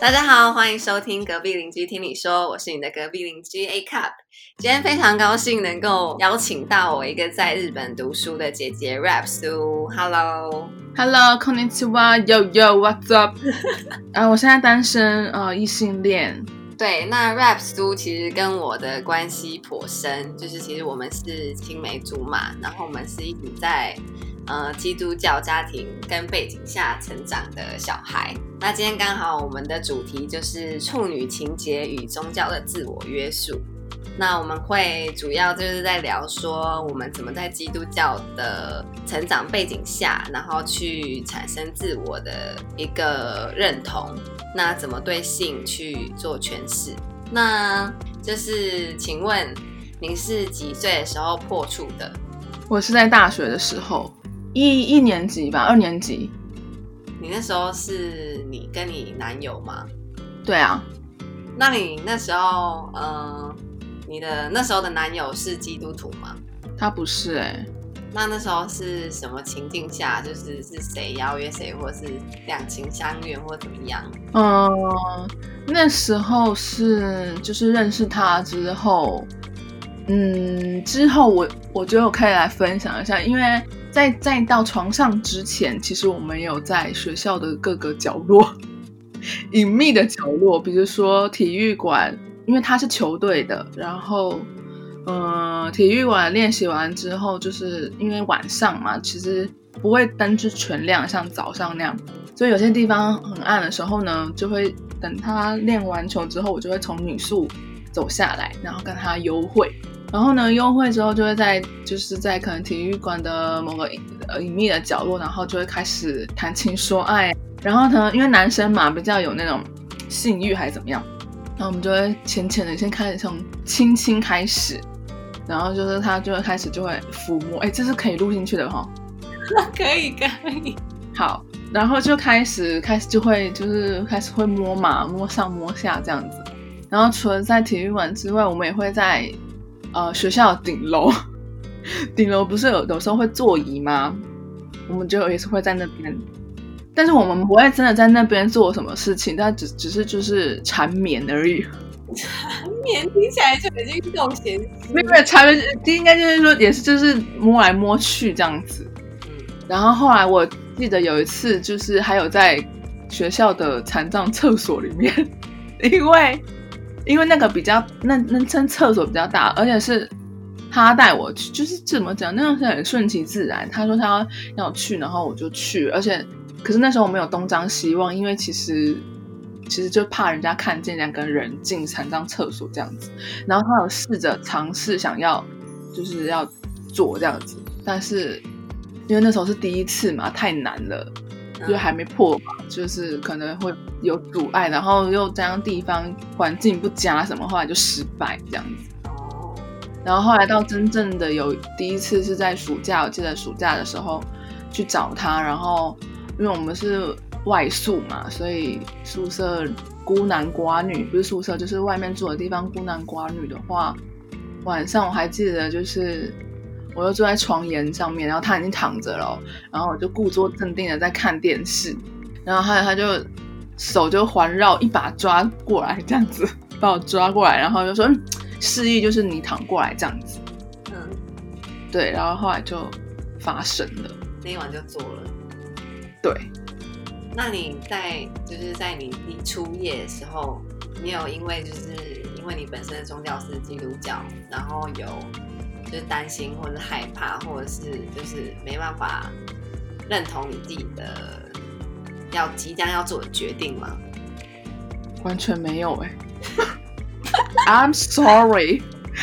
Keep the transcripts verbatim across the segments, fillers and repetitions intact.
大家好，欢迎收听隔壁邻居听你说，我是你的隔壁邻居 A Cup。今天非常高兴能够邀请到我一个在日本读书的姐姐 Rap 苏。Hello Hello こんにちは Yo Yo What's up 啊，我现在单身呃异性恋。 对，那 Rap 苏其实跟我的关系颇深，就是其实我们是青梅竹马，然后我们是一起在呃基督教家庭跟背景下成长的小孩。那今天刚好我们的主题就是处女情结与宗教的自我约束。那我们会主要就是在聊说我们怎么在基督教的成长背景下，然后去产生自我的一个认同，那怎么对性去做诠释。那就是请问您是几岁的时候破处的？ 我是在大学的时候，一一年级吧，二年级。 你那时候是你跟你男友吗？ 对啊。 那你那时候呃你的那时候的男友是基督徒吗？ 他不是哎、欸。 那那时候是什么情境下，就是是谁邀约谁，或是两情相悦，或怎么样？ 嗯，那时候是就是认识他之后，嗯，之后我我觉得我可以来分享一下，因为在在到床上之前，其实我们有在学校的各个角落，隐秘的角落，比如说体育馆。因为他是球队的，然后嗯，体育馆练习完之后，就是因为晚上嘛，其实不会灯是全亮，像早上那样，所以有些地方很暗的时候呢，就会等他练完球之后，我就会从女宿走下来，然后跟他幽会，然后呢，幽会之后就会在就是在可能体育馆的某个隐秘的角落，然后就会开始谈情说爱，然后呢，因为男生嘛比较有那种性欲还是怎么样。然后我们就会浅浅的先开始从亲亲开始，然后就是他就会开始就会抚摸，哎，这是可以录进去的哈。 可以可以。 好，然后就开始开始就会就是开始会摸嘛，摸上摸下这样子。然后除了在体育馆之外，我们也会在呃学校的顶楼，顶楼不是有有时候会座椅吗？我们就也是会在那边。但是我们不会真的在那边做什么事情，但只只是就是缠绵而已。 缠绵听起来就已经够咸湿。 没有没有缠绵，应该就是说也是就是摸来摸去这样子。嗯，然后后来我记得有一次就是还有在学校的残障厕所里面，因为因为那个比较那那间厕所比较大，而且是他带我去，就是怎么讲，那样是很顺其自然。他说他要要去，然后我就去，而且。可是那时候我没有东张西望，因为其实其实就怕人家看见两个人进残障厕所这样子。然后他有试着尝试想要就是要做这样子，但是因为那时候是第一次嘛，太难了，就还没破嘛，就是可能会有阻碍，然后又加上地方环境不佳什么，后来就失败这样子。然后后来到真正的有第一次是在暑假，我记得暑假的时候去找他，然后。因为我们是外宿嘛，所以宿舍孤男寡女，不是宿舍就是外面住的地方孤男寡女的话，晚上我还记得就是我就坐在床沿上面，然后他已经躺着了，然后我就故作镇定的在看电视，然后他他就手就环绕一把抓过来这样子把我抓过来，然后就说、嗯、示意就是你躺过来这样子。嗯，对，然后后来就发生了， 那一晚就做了。 对， 那你在就是在你你初夜的时候，你有因为就是因为你本身的宗教是基督教，然后有就是担心或者害怕，或者是就是没办法认同你自己的要即将要做的决定吗？ 完全没有哎、欸、，I'm sorry，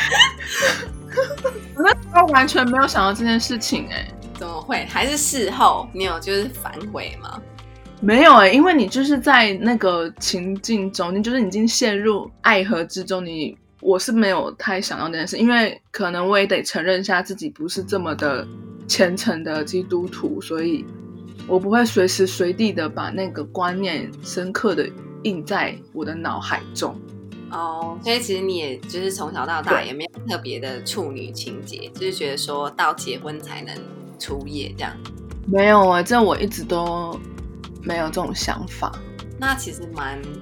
我那时候完全没有想到这件事情哎、欸。 怎么会？还是事后你有就是反悔吗？ 没有哎、欸，因为你就是在那个情境中，你就是已经陷入爱河之中，你我是没有太想到这件事，因为可能我也得承认一下自己不是这么的虔诚的基督徒，所以我不会随时随地的把那个观念深刻的印在我的脑海中。 哦，所以其实你也就是从小到大也没有特别的处女情节，就是觉得说到结婚才能初夜这样。 没有啊，这我一直都没有这种想法。 那其实蛮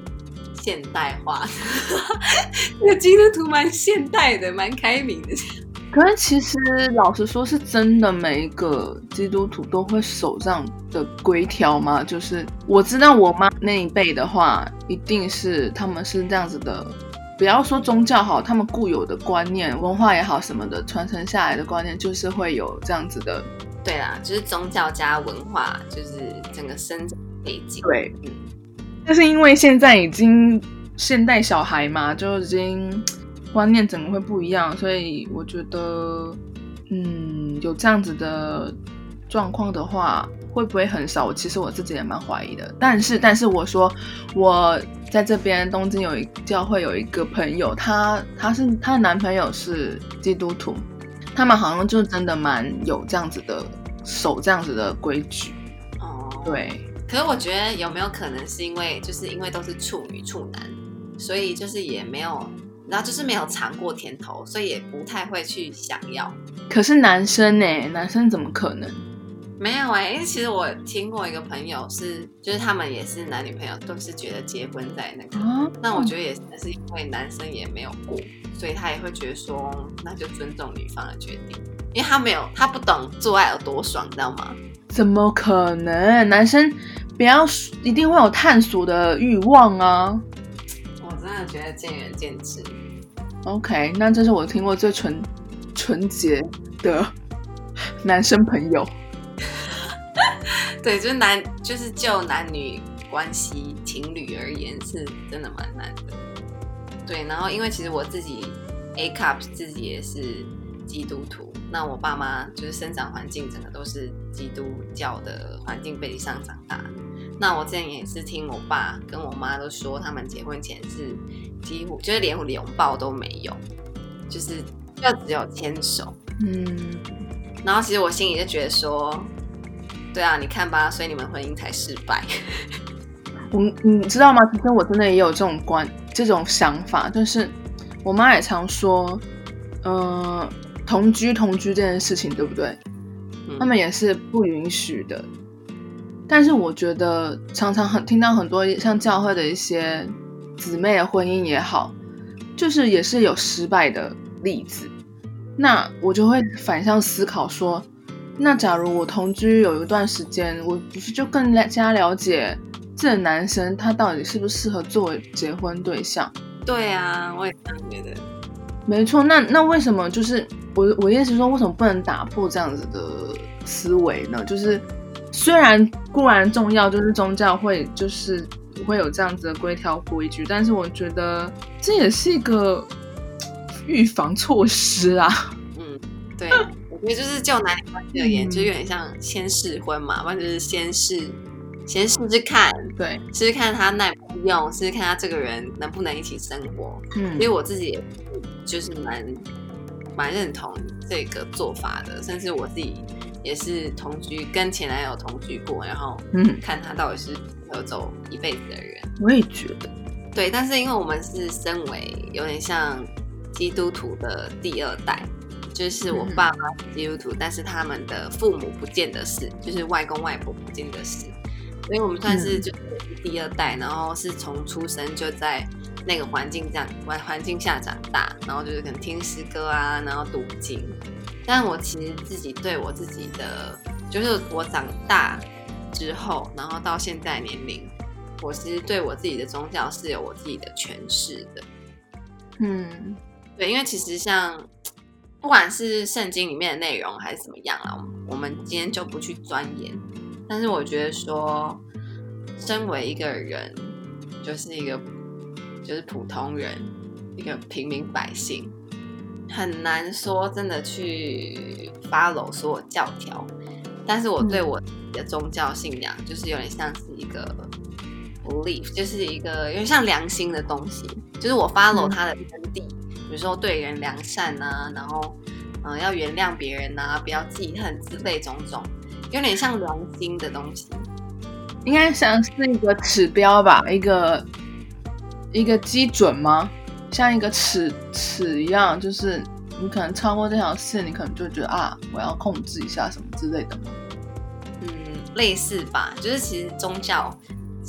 现代化的，这个基督徒蛮现代的，蛮开明的。 可是其实老实说，是真的每一个基督徒都会守这样的规条吗？就是我知道我妈那一辈的话，一定是他们是这样子的，不要说宗教好，他们固有的观念、文化也好什么的，传承下来的观念就是会有这样子的。 对啦，就是宗教加文化，就是整个生长背景。 对，嗯，但是因为现在已经现代小孩嘛，就已经观念整个会不一样，所以我觉得，嗯，有这样子的状况的话，会不会很少？其实我自己也蛮怀疑的。但是，但是我说，我在这边东京有一教会有一个朋友，她她是她的男朋友是基督徒，他们好像就真的蛮有这样子的守这样子的规矩。 哦， 对。 可是我觉得有没有可能是因为就是因为都是处女处男，所以就是也没有。然后就是没有尝过甜头，所以也不太会去想要。 可是男生呢、欸？男生怎么可能？ 没有哎、欸，因为其实我听过一个朋友是，就是他们也是男女朋友，都是觉得结婚在那个。啊、那我觉得也是是因为男生也没有过，所以他也会觉得说，那就尊重女方的决定，因为他没有，他不懂做爱有多爽，你知道吗？ 怎么可能？男生不要一定会有探索的欲望啊！ 我真的觉得见仁见智。 OK， 那这是我听过最纯纯洁的男生朋友。 对，就是男，就是就男女关系情侣而言，是真的蛮难的。对，然后因为其实我自己 A cup 自己也是基督徒，那我爸妈就是生长环境整个都是基督教的环境背景上长大的。那我之前也是听我爸跟我妈都说，他们结婚前是几乎就是连拥抱都没有，就是就只有牵手。嗯，然后其实我心里就觉得说，对啊，你看吧，所以你们婚姻才失败。 我你知道吗？其实我真的也有这种观这种想法，就是我妈也常说，呃，同居同居这件事情，对不对？嗯、他们也是不允许的。但是我觉得常常很听到很多像教会的一些姊妹的婚姻也好，就是也是有失败的例子。那我就会反向思考说，那假如我同居有一段时间，我不是就更加了解这个男生他到底适不适合作为结婚对象？ 对啊，我也这样觉得。 没错，那那为什么就是我我意思说，为什么不能打破这样子的思维呢？就是虽然固然重要，就是宗教会就是会有这样子的规条规矩，但是我觉得这也是一个预防措施啊。 嗯，对，我觉得就是就男女关系而言，嗯、就有点像先试婚嘛，不然就是先试先试试看， 对， 试试看他耐不用，试试看他这个人能不能一起生活。嗯，因为我自己也就是蛮蛮认同这个做法的，甚至我自己也是同居，跟前男友同居过，然后看他到底是要走一辈子的人。 我也觉得， 对，但是因为我们是身为有点像基督徒的第二代，就是我爸妈是基督徒，嗯、但是他们的父母不见得是，就是外公外婆不见得是，所以我们算是就是第二代，然后是从出生就在那个环境这样环境下长大，然后就是可能听诗歌啊，然后读经。但我其实自己对我自己的，就是我长大之后，然后到现在年龄，我其实对我自己的宗教是有我自己的诠释的。嗯，对，因为其实像不管是圣经里面的内容还是怎么样啦，我们今天就不去钻研。但是我觉得说，身为一个人，就是一个就是普通人，一个平民百姓，很难说真的去 follow 所有教条。但是我对我自己的宗教信仰，就是有点像是一个 belief， 就是一个有点像良心的东西，就是我 follow 它的真谛，比如说对人良善啊，然后、呃、要原谅别人啊，不要记恨之类种种，有点像良心的东西， 应该像是一个指标吧，一个一个基准吗？像一个尺尺一样，就是你可能超过这条线，你可能就觉得啊，我要控制一下什么之类的吗？ 嗯，类似吧，就是其实宗教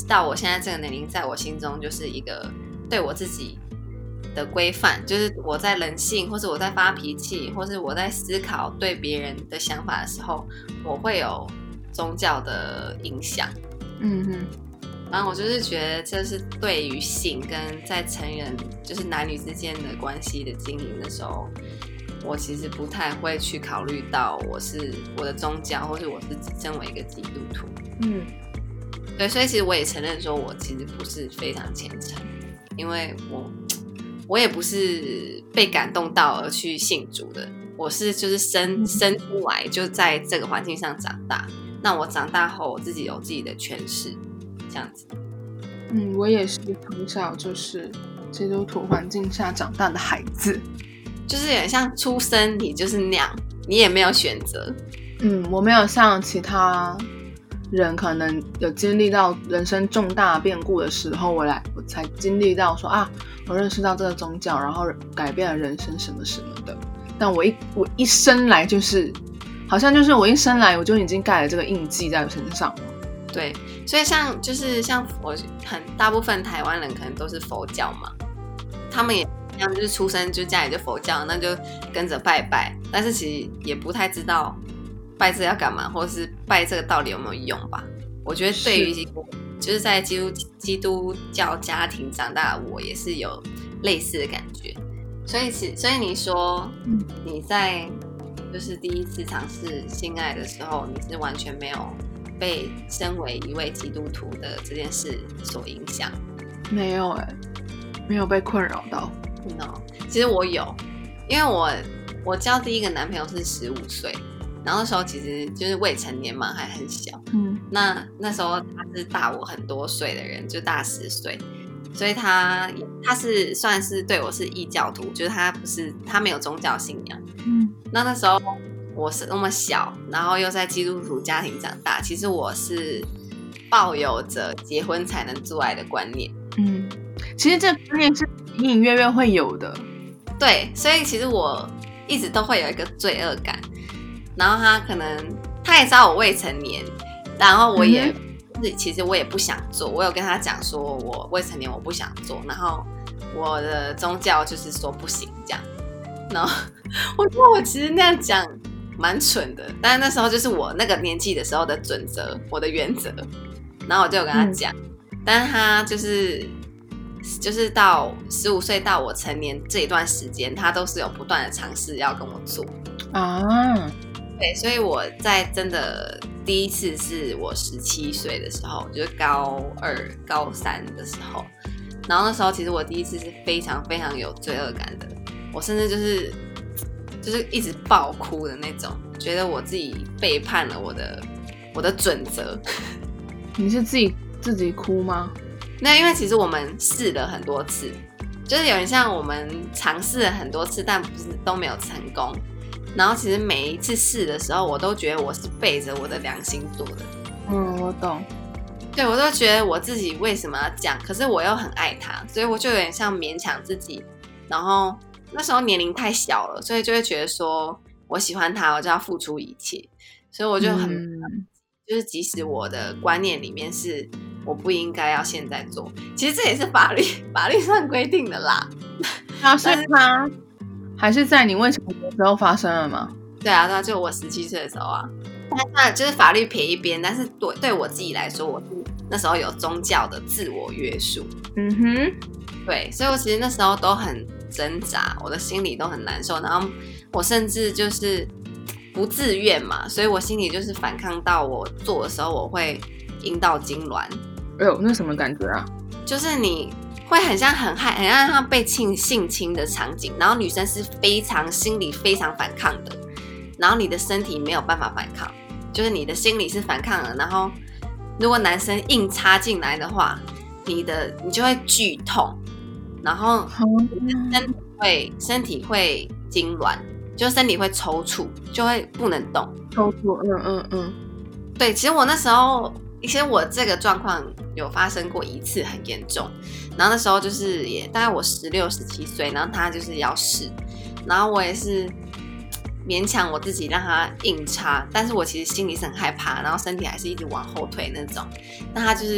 到我现在这个年龄，在我心中就是一个对我自己的规范，就是我在人性，或是我在发脾气，或是我在思考对别人的想法的时候，我会有宗教的影响。 嗯哼， 然后我就是觉得这是对于性跟在成人就是男女之间的关系的经营的时候，我其实不太会去考虑到我是我的宗教，或是我是身为一个基督徒。 嗯， 对，所以其实我也承认说我其实不是非常虔诚，因为我我也不是被感动到而去信主的，我是就是生生出来就在这个环境上长大，那我长大后我自己有自己的诠释，这样子。 嗯，我也是从小就是基督徒环境下长大的孩子， 就是有点像出生你就是那样，你也没有选择。 嗯，我没有像其他人可能有经历到人生重大变故的时候，我来我才经历到说啊，我认识到这个宗教，然后改变了人生什么什么的。但我一我一生来就是，好像就是我一生来我就已经盖了这个印记在我身上了。 对，所以像就是像我很大部分台湾人可能都是佛教嘛，他们也一样，就是出生就家里就佛教，那就跟着拜拜，但是其实也不太知道拜这要干嘛，或是拜这个到底有没有用吧。我觉得对于就是在基督基督教家庭长大的我，也是有类似的感觉。所以其所以你说你在就是第一次尝试性爱的时候，你是完全没有被身为一位基督徒的这件事所影响？ 没有哎、欸，没有被困扰到。 No， 其实我有，因为我我交第一个男朋友是十五岁，然后那时候其实就是未成年嘛，还很小。 嗯， 那那时候他是大我很多岁的人，就大十岁，所以他他是算是对我是异教徒，就是他不是他没有宗教信仰。 嗯， 那那时候我是那么小，然后又在基督徒家庭长大，其实我是抱有着结婚才能做爱的观念。 嗯，其实这个观念是隐隐约约会有的。 对，所以其实我一直都会有一个罪恶感。然后他可能他也知道我未成年，然后我也、嗯、其实我也不想做，我有跟他讲说我未成年我不想做，然后我的宗教就是说不行这样。然后我觉得我其实那样讲蛮蠢的，但是那时候就是我那个年纪的时候的准则，我的原则。然后我就有跟他讲、嗯、但是他就是就是到十五岁到我成年这一段时间，他都是有不断的尝试要跟我做啊。 对，所以我在真的第一次是我十七岁的时候，就是高二高三的时候，然后那时候其实我第一次是非常非常有罪恶感的，我甚至就是就是一直爆哭的那种，觉得我自己背叛了我的我的准则。 你是自己自己哭吗？ 那因为其实我们试了很多次，就是有点像我们尝试了很多次，但不是都没有成功。然后其实每一次试的时候，我都觉得我是背着我的良心做的。 嗯，我懂。 对，我都觉得我自己为什么要这样，可是我又很爱他，所以我就有点像勉强自己。然后那时候年龄太小了，所以就会觉得说我喜欢他，我就要付出一切。所以我就很、嗯、就是即使我的观念里面是我不应该要现在做，其实这也是法律法律上规定的啦。 啊，所以他还是在你未成年的时候发生了吗？ 对啊，对啊，就我十七岁的时候啊。那就是法律撇一边，但是对对我自己来说，我是那时候有宗教的自我约束。 嗯哼， 对，所以我其实那时候都很挣扎，我的心里都很难受，然后我甚至就是不自愿嘛，所以我心里就是反抗到我做的时候，我会阴道痉挛。 哎呦，那什么感觉啊？ 就是你会很像很害，很像他被性性侵的场景，然后女生是非常心里非常反抗的，然后你的身体没有办法反抗。就是你的心理是反抗的，然后如果男生硬插进来的话，你的你就会剧痛，然后你的身体会身体会痉挛，就身体会抽搐，就会不能动。 抽搐，嗯嗯嗯， 对，其实我那时候，其实我这个状况有发生过一次，很严重。然后那时候就是也大概我十六、十七岁，然后他就是要试，然后我也是勉强我自己让他硬插，但是我其实心里是很害怕，然后身体还是一直往后退那种。那他就是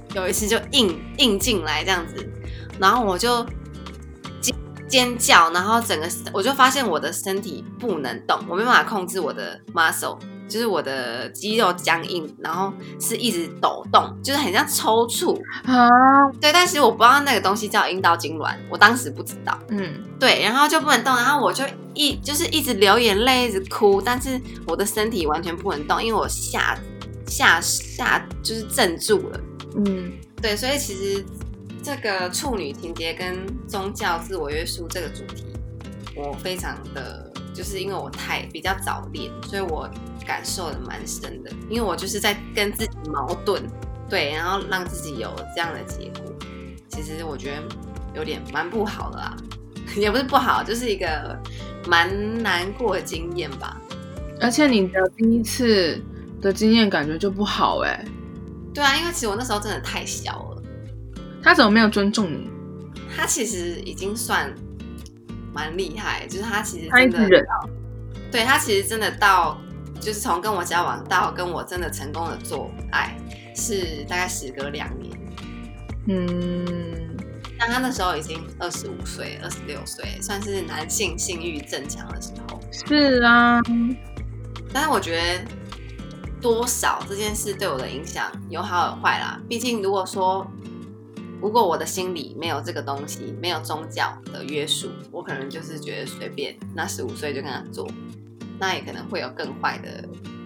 有一次就硬硬进来这样子，然后我就尖尖叫，然后整个我就发现我的身体不能动，我没办法控制我的 muscle， 就是我的肌肉僵硬，然后是一直抖动，就是很像抽搐啊。 对，但是我不知道那个东西叫阴道痉挛，我当时不知道。嗯，对，然后就不能动，然后我就一就是一直流眼泪，一直哭，但是我的身体完全不能动，因为我吓吓吓就是镇住了。嗯，对，所以其实这个处女情节跟宗教自我约束这个主题，我非常的就是因为我太比较早恋，所以我感受的蛮深的，因为我就是在跟自己矛盾，对，然后让自己有这样的结果，其实我觉得有点蛮不好的啦，也不是不好，就是一个蛮难过的经验吧。 而且你的第一次的经验感觉就不好哎、欸。 对啊，因为其实我那时候真的太小了。 他怎么没有尊重你？ 他其实已经算蛮厉害，就是他其实真的， 他一直忍， 对，他其实真的到，就是从跟我交往到跟我真的成功的做爱，是大概时隔两年。嗯，但他那时候已经二十五岁、二十六岁，算是男性性欲正强的时候。 是啊， 但是我觉得多少这件事对我的影响有好有坏啦。毕竟如果说，如果我的心里没有这个东西，没有宗教的约束，我可能就是觉得随便，那十五岁就跟他做，那也可能会有更坏的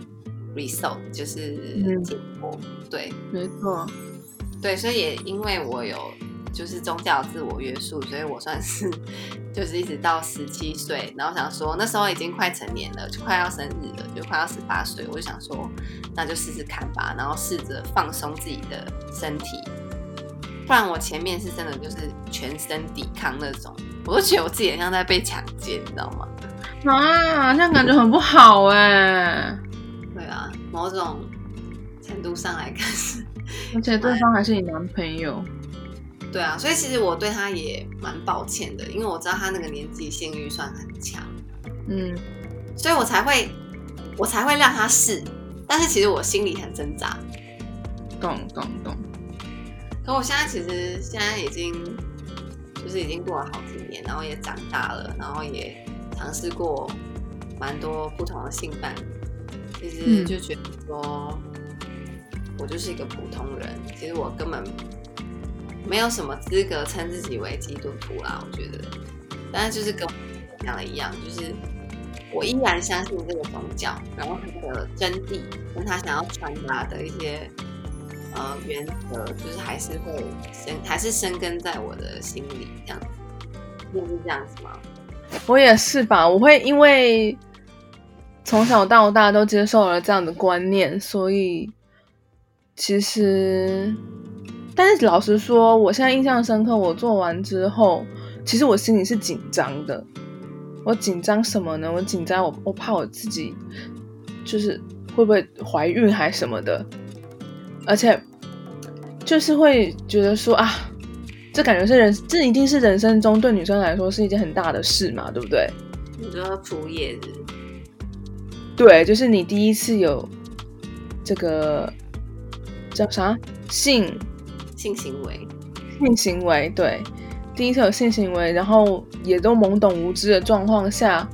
result， 就是结果。嗯、对， 没错， 对，所以也因为我有就是宗教自我约束，所以我算是就是一直到十七岁，然后想说那时候已经快成年了，就快要生日了，就快要十八岁，我就想说那就试试看吧，然后试着放松自己的身体。不然我前面是真的就是全身抵抗那种，我都觉得我自己很像在被强奸，你知道吗？ 啊，这样感觉很不好哎、欸。 对啊，某种程度上来看是， 而且对方还是你男朋友。 对啊，所以其实我对他也蛮抱歉的，因为我知道他那个年纪性欲算很强，嗯，所以我才会我才会让他试，但是其实我心里很挣扎。 懂懂懂。 可我现在其实现在已经就是已经过了好几年，然后也长大了，然后也尝试过蛮多不同的性伴侣，其实就觉得说、嗯、我就是一个普通人，其实我根本没有什么资格称自己为基督徒啦，我觉得，但是就是跟我讲的一样，就是我依然相信这个宗教，然后它的真谛跟他想要传达的一些呃，原则就是还是会生，还是生根在我的心里，这样子。你也是这样子吗？ 我也是吧，我会因为从小到大都接受了这样的观念，所以其实，但是老实说，我现在印象深刻，我做完之后，其实我心里是紧张的。我紧张什么呢？我紧张，我我怕我自己就是会不会怀孕还什么的。而且就是会觉得说啊，这感觉是人，这一定是人生中对女生来说是一件很大的事嘛，对不对？ 你说初夜的， 对，就是你第一次有这个叫啥性性行为， 性行为，对，第一次有性行为，然后也都懵懂无知的状况下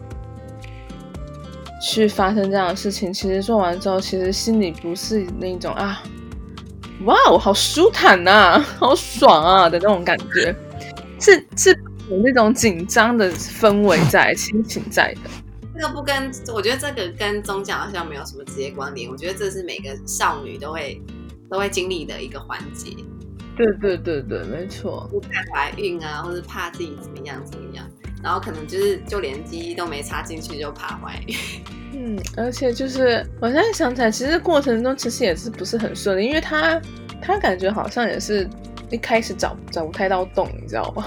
去发生这样的事情，其实做完之后，其实心里不是那种啊。哇，我好舒坦啊，好爽啊的那种感觉，是是有那种紧张的氛围在，心情在的。 这个不跟，我觉得这个跟宗教好像没有什么直接关联。我觉得这是每个少女都会都会经历的一个环节。 对对对对，没错。 不怕怀孕啊，或是怕自己怎么样怎么样，然后可能就是就连鸡都没插进去就怕怀孕。 嗯，而且就是我现在想起来，其实过程中其实也是不是很顺利，因为他他感觉好像也是一开始找找不太到洞，你知道吗？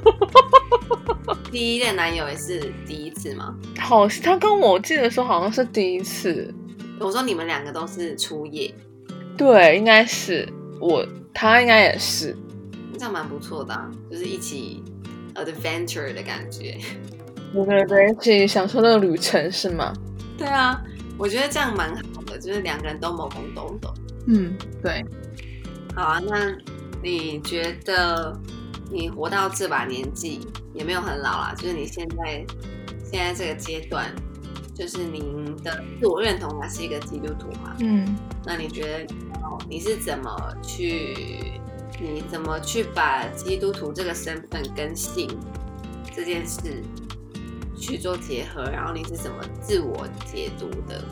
第一任男友也是第一次吗？ 好，他跟我记得说好像是第一次。 我说你们两个都是初夜， 对，应该是我，他应该也是， 这样蛮不错的、啊，就是一起 adventure 的感觉。 对对对，一起享受那个旅程是吗？ 对啊，我觉得这样蛮好的，就是两个人都懵懵懂懂。 嗯，对。 好啊，那你觉得你活到这把年纪也没有很老啦，就是你现在现在这个阶段，就是您的自我认同还是一个基督徒嘛？ 嗯， 那你觉得你是怎么去，你怎么去把基督徒这个身份跟性这件事去做结合，然后你是怎么自我解读的？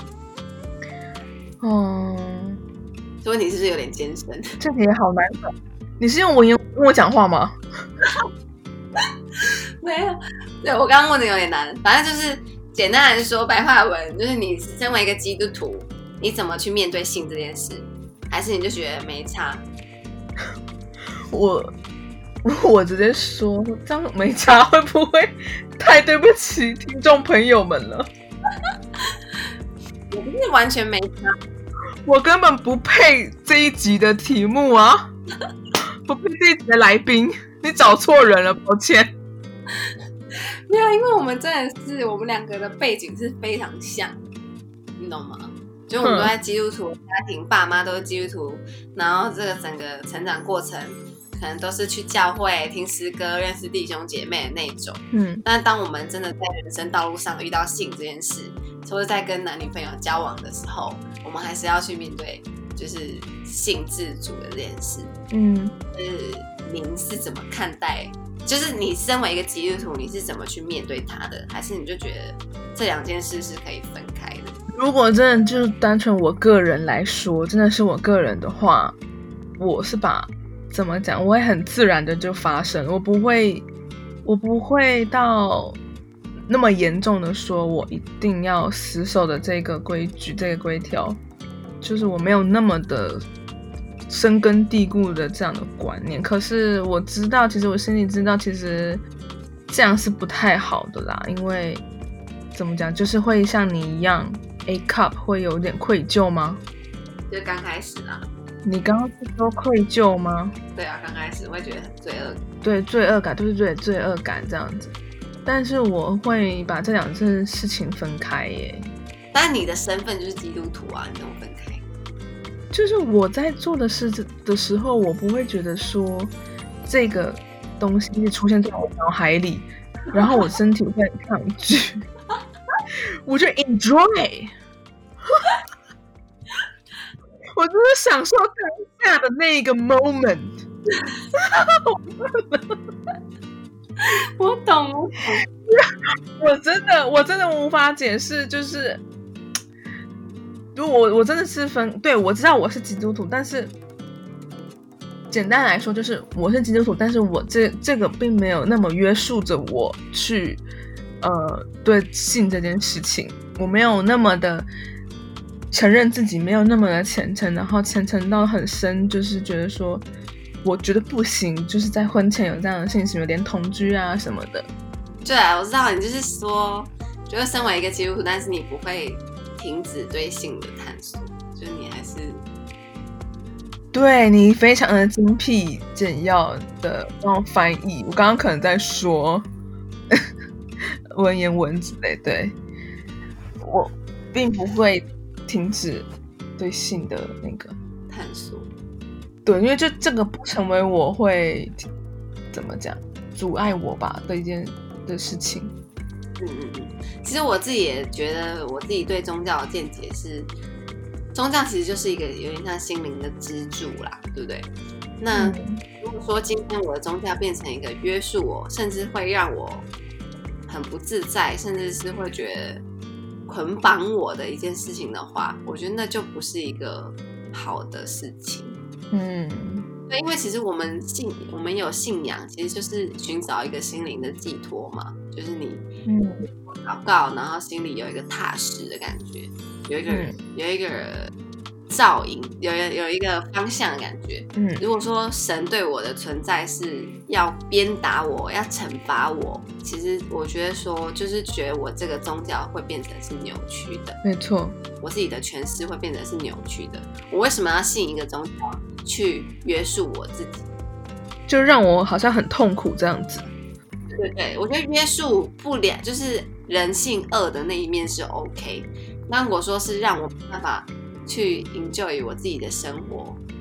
嗯， 这问题是不是有点艰深？ 这题也好难懂。你是用文言跟我讲话吗？ 没有，对我刚刚问的有点难。反正就是简单来说，白话文就是你身为一个基督徒，你怎么去面对性这件事？还是你就觉得没差？ 我我直接说，这样没差会不会太对不起听众朋友们了？ 我不是完全没差， 我根本不配这一集的题目啊，不配这一集的来宾，你找错人了，抱歉。 没有，因为我们真的是我们两个的背景是非常像，你懂吗？就我们都在基督徒家庭，爸妈都是基督徒，然后这个整个成长过程，可能都是去教会听诗歌、认识弟兄姐妹的那种。嗯，但当我们真的在人生道路上遇到性这件事，或者在跟男女朋友交往的时候，我们还是要去面对，就是性自主的这件事。嗯，就是您是怎么看待？就是你身为一个基督徒，你是怎么去面对他的？还是你就觉得这两件事是可以分开的？ 如果真的就是单纯我个人来说，真的是我个人的话，我是把怎么讲，我会很自然的就发生，我不会，我不会到那么严重的说，我一定要死守的这个规矩、这个规条，就是我没有那么的深根蒂固的这样的观念。可是我知道，其实我心里知道，其实这样是不太好的啦，因为怎么讲，就是会像你一样 ，A cup 会有点愧疚吗？ 就刚开始啦。 你刚刚是说愧疚吗？ 对啊，刚开始会觉得很罪恶感。 对，罪恶感，就是罪罪恶感这样子。但是我会把这两件事情分开耶。 但你的身份就是基督徒啊，你怎么分开？ 就是我在做的事的时候，我不会觉得说这个东西出现在我脑海里，然后我身体会很抗拒，我就 enjoy。我就是享受当下的那一个 moment。 我懂，我懂。 我真的，我真的无法解释，就是如果我我真的是分，对，我知道我是基督徒，但是简单来说就是我是基督徒，但是我这这个并没有那么约束着我去呃对性这件事情，我没有那么的承认自己没有那么的虔诚，然后虔诚到很深，就是觉得说我觉得不行，就是在婚前有这样的性行为，连同居啊什么的。 对啊，我知道你就是说，就是身为一个基督徒，但是你不会停止对性的探索，就是你还是对你非常的精辟简要的帮我翻译。我刚刚可能在说文言文之类，对，我并不会停止对性的那个探索。 对，因为就这个不成为我会怎么讲阻碍我吧的一件的事情。 嗯嗯嗯，其实我自己也觉得，我自己对宗教的见解是，宗教其实就是一个有点像心灵的支柱啦，对不对？那、嗯、如果说今天我的宗教变成一个约束我，甚至会让我很不自在，甚至是会觉得捆绑我的一件事情的话，我觉得那就不是一个好的事情。嗯，对，因为其实我们信，我们有信仰，其实就是寻找一个心灵的寄托嘛，就是你祷告，然后心里有一个踏实的感觉，有一个、嗯、有一个照引，有有一个方向的感觉。嗯，如果说神对我的存在是要鞭打我，要惩罚我，其实我觉得说，就是觉得我这个宗教会变成是扭曲的。 没错，我自己的诠释会变成是扭曲的。我为什么要信一个宗教去约束我自己？ 就让我好像很痛苦这样子。 对对，我觉得约束不了，就是人性恶的那一面是 OK。那如果说是让我没办法去 enjoy 我自己的生活，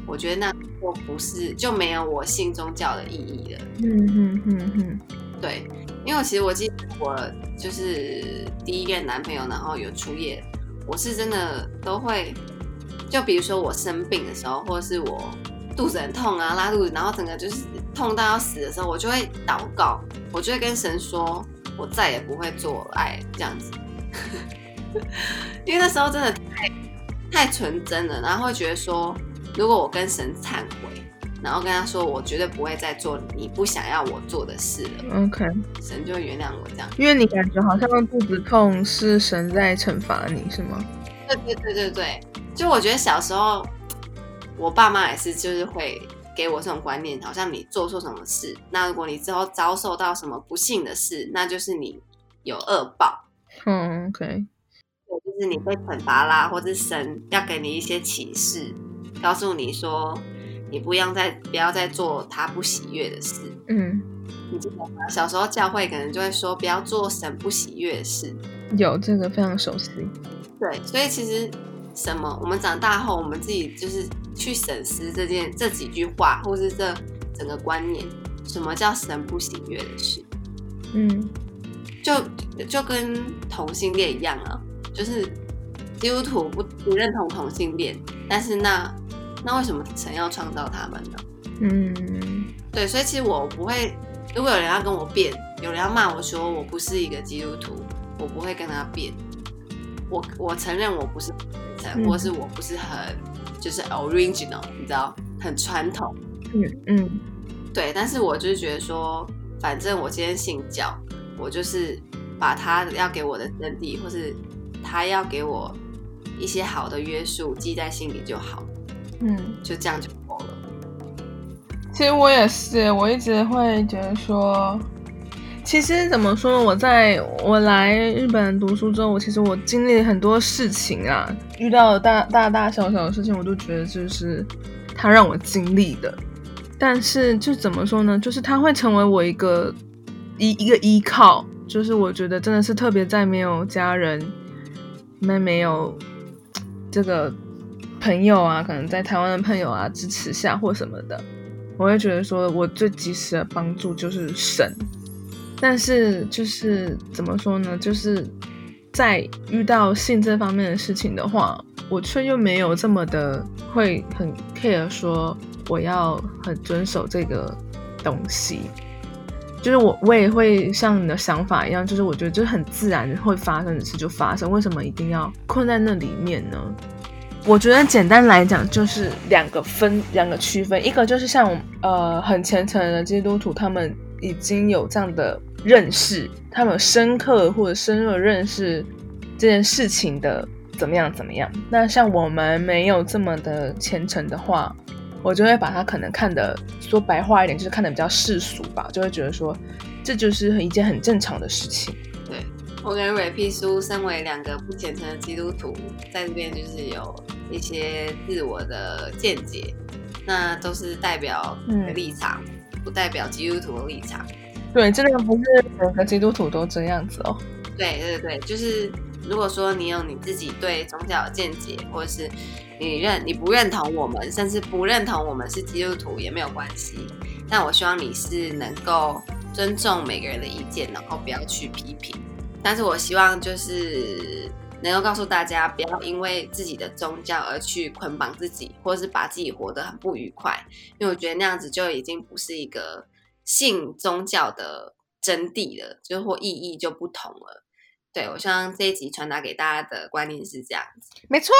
我觉得那就不是就没有我信宗教的意义了。 嗯嗯嗯嗯， 对，因为其实我记得我就是第一任男朋友，然后有初夜，我是真的都会，就比如说我生病的时候，或者是我肚子很痛啊，拉肚子，然后整个就是痛到要死的时候，我就会祷告，我就会跟神说，我再也不会做爱这样子，因为那时候真的太太纯真了，然后会觉得说，如果我跟神忏悔，然后跟他说，我绝对不会再做你不想要我做的事了 ，OK， 神就会原谅我这样。 因为你感觉好像肚子痛是神在惩罚你，是吗？ 对对对对对，就我觉得小时候，我爸妈也是，就是会给我这种观念，好像你做错什么事，那如果你之后遭受到什么不幸的事，那就是你有恶报。 嗯 ，OK， 对，就是你被惩罚啦，或是神要给你一些启示，告诉你说，你不要再不要再做他不喜悦的事。 嗯， 你记得吗？小时候教会可能就会说，不要做神不喜悦的事。 有这个非常熟悉。 对，所以其实什么，我们长大后，我们自己就是去审视这件这几句话，或是这整个观念，什么叫神不喜悦的事？ 嗯， 就就跟同性恋一样啊，就是基督徒不不认同同性恋，但是那那为什么神要创造他们呢？ 嗯， 对，所以其实我不会，如果有人要跟我辩，有人要骂我说我不是一个基督徒，我不会跟他辩。我我承认我不是虔诚，或是我不是很就是 original， 你知道，很传统。 嗯嗯， 对，但是我就是觉得说，反正我今天信教，我就是把他要给我的真谛，或是他要给我一些好的约束记在心里就好。 嗯， 就这样就够了。 其实我也是，我一直会觉得说，其实怎么说，我在我来日本读书之后，我其实我经历了很多事情啊，遇到了大大大小小的事情，我都觉得就是他让我经历的。但是就怎么说呢，就是他会成为我一个一一个依靠，就是我觉得真的是特别在没有家人，没没有这个朋友啊，可能在台湾的朋友啊支持下或什么的，我会觉得说我最及时的帮助就是神。但是就是怎么说呢，就是在遇到性这方面的事情的话，我却又没有这么的会很 care 说我要很遵守这个东西，就是我我也会像你的想法一样，就是我觉得这很自然会发生的事就发生，为什么一定要困在那里面呢？我觉得简单来讲就是两个分两个区分，一个就是像呃很虔诚的基督徒，他们已经有这样的认识，他们有深刻或者深入的认识这件事情的怎么样怎么样。那像我们没有这么的虔诚的话，我就会把它可能看得说白话一点，就是看得比较世俗吧，就会觉得说这就是一件很正常的事情。 对，我跟蕊屁叔身为两个不虔诚的基督徒，在这边就是有一些自我的见解，那都是代表的立场、嗯，不代表基督徒的立场。 对，真的不是每个基督徒都这样子哦。 对对对，就是如果说你有你自己对宗教的见解，或者是你认你不认同我们，甚至不认同我们是基督徒也没有关系。但我希望你是能够尊重每个人的意见，然后不要去批评。但是我希望就是能够告诉大家，不要因为自己的宗教而去捆绑自己，或者是把自己活得很不愉快，因为我觉得那样子就已经不是一个信宗教的真谛了，就或意义就不同了。对，我希望这一集传达给大家的观念是这样子。 没错。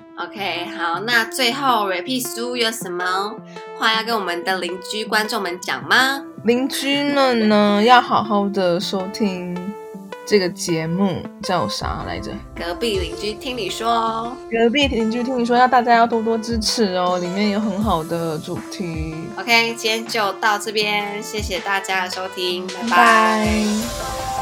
OK， 好，那最后蕊屁叔有什么话要跟我们的邻居观众们讲吗？ 邻居们呢要好好的收听这个节目，叫啥来着？ 隔壁邻居听你说哦。 隔壁邻居听你说，要大家要多多支持哦，里面有很好的主题。 OK， 今天就到这边，谢谢大家的收听，拜拜。 拜拜。